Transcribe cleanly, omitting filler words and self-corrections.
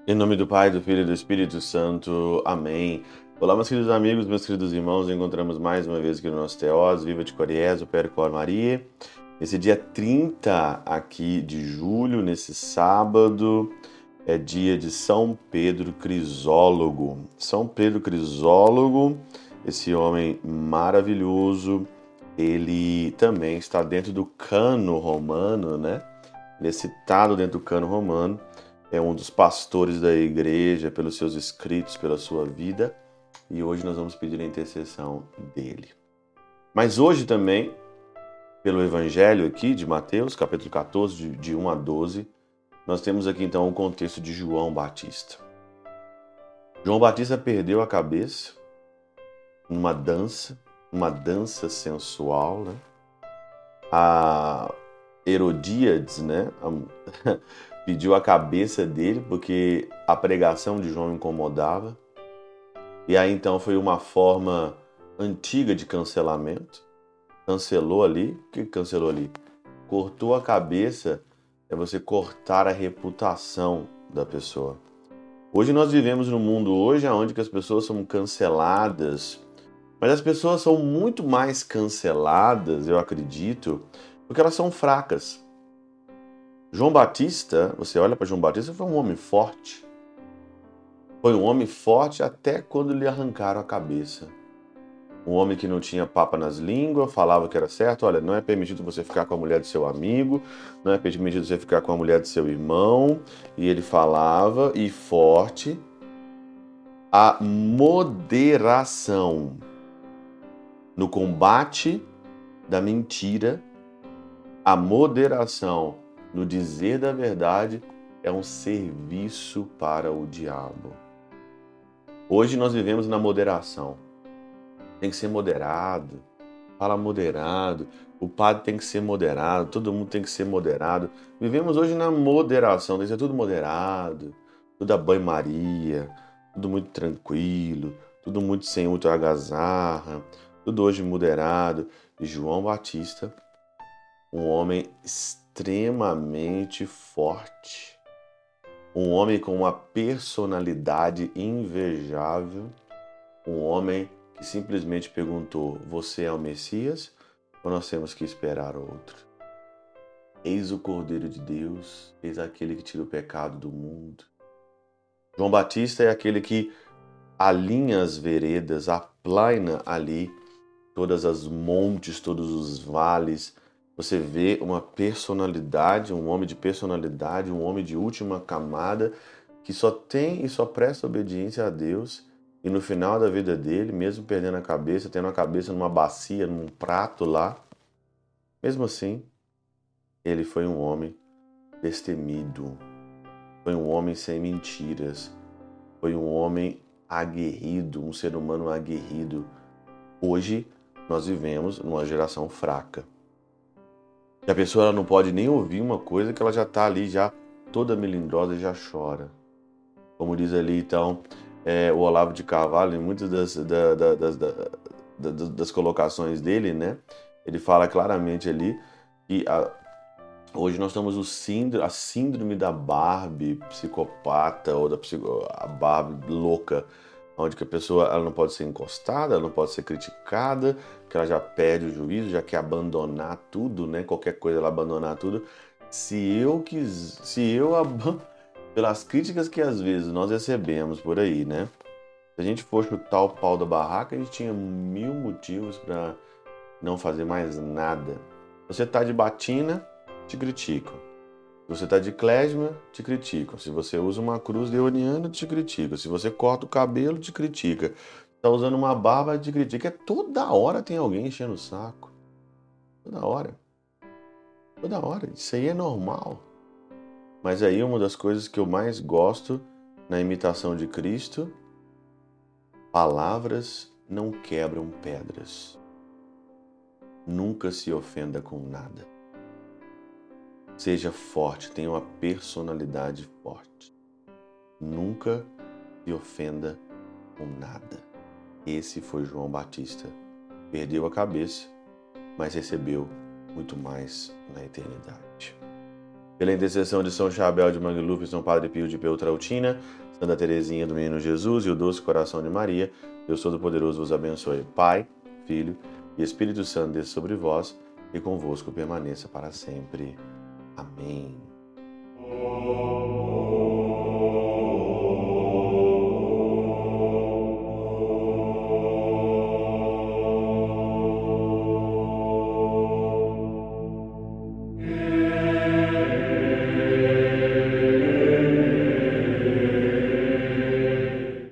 Em nome do Pai, do Filho e do Espírito Santo. Amém. Olá, meus queridos amigos, meus queridos irmãos. Nos encontramos mais uma vez aqui no nosso Teós, Viva de Coriés, o Percor Maria. Esse dia 30 aqui de julho, nesse sábado, é dia de São Pedro Crisólogo. São Pedro Crisólogo, esse homem maravilhoso, ele também está dentro do cano romano, né? Ele é citado dentro do cano romano. É um dos pastores da igreja, pelos seus escritos, pela sua vida, e hoje nós vamos pedir a intercessão dele. Mas hoje também, pelo evangelho aqui de Mateus, capítulo 14, de 1 a 12, nós temos aqui então o contexto de João Batista. João Batista perdeu a cabeça numa dança sensual, né? A Herodíades, né? Pediu a cabeça dele porque a pregação de João incomodava. E aí então foi uma forma antiga de cancelamento. Cancelou ali. O que cancelou ali? Cortou a cabeça é você cortar a reputação da pessoa. Hoje nós vivemos num mundo onde as pessoas são canceladas, mas as pessoas são muito mais canceladas, eu acredito, porque elas são fracas. João Batista, você olha para João Batista, foi um homem forte. Foi um homem forte até quando lhe arrancaram a cabeça. Um homem que não tinha papa nas línguas, falava que era certo. Olha, não é permitido você ficar com a mulher do seu amigo, não é permitido você ficar com a mulher do seu irmão. E ele falava, e forte, a moderação no combate da mentira, a moderação no dizer da verdade é um serviço para o diabo. Hoje nós vivemos na moderação. Tem que ser moderado. Fala moderado. O padre tem que ser moderado. Todo mundo tem que ser moderado. Vivemos hoje na moderação. Tem que ser tudo moderado. Tudo a banho-maria. Tudo muito tranquilo. Tudo muito sem muita algazarra. Tudo hoje moderado. E João Batista, um homem extremamente forte, um homem com uma personalidade invejável, um homem que simplesmente perguntou: você é o Messias ou nós temos que esperar outro? Eis o Cordeiro de Deus, eis aquele que tira o pecado do mundo. João Batista é aquele que alinha as veredas, aplana ali todas as montes, todos os vales. Você vê uma personalidade, um homem de personalidade, um homem de última camada, que só tem e só presta obediência a Deus. E no final da vida dele, mesmo perdendo a cabeça, tendo a cabeça numa bacia, num prato lá, mesmo assim, ele foi um homem destemido, foi um homem sem mentiras, foi um homem aguerrido, um ser humano aguerrido. Hoje, nós vivemos numa geração fraca. E a pessoa ela não pode nem ouvir uma coisa que ela já está ali, já toda melindrosa e já chora. Como diz ali, então, o Olavo de Carvalho, em muitas das colocações dele, né? Ele fala claramente ali que hoje nós temos a síndrome da Barbie psicopata ou a Barbie louca, onde que a pessoa ela não pode ser encostada, ela não pode ser criticada, que ela já perde o juízo, já quer abandonar tudo, né? Qualquer coisa ela abandonar tudo. Pelas críticas que às vezes nós recebemos por aí, né? Se a gente for chutar o pau da barraca, a gente tinha 1000 motivos para não fazer mais nada. Você tá de batina, te criticam. Se você está de klezma, te criticam. Se você usa uma cruz leoniana, te criticam. Se você corta o cabelo, te critica. Está usando uma barba, te critica. Toda hora tem alguém enchendo o saco. Toda hora. Toda hora. Isso aí é normal. Mas aí uma das coisas que eu mais gosto na imitação de Cristo, palavras não quebram pedras. Nunca se ofenda com nada. Seja forte, tenha uma personalidade forte. Nunca se ofenda com nada. Esse foi João Batista. Perdeu a cabeça, mas recebeu muito mais na eternidade. Pela intercessão de São Chabel de Mangluf, São Padre Pio de Peltrautina, Santa Teresinha do Menino Jesus e o Doce Coração de Maria, Deus Todo-Poderoso vos abençoe. Pai, Filho e Espírito Santo desça sobre vós e convosco permaneça para sempre. Amém.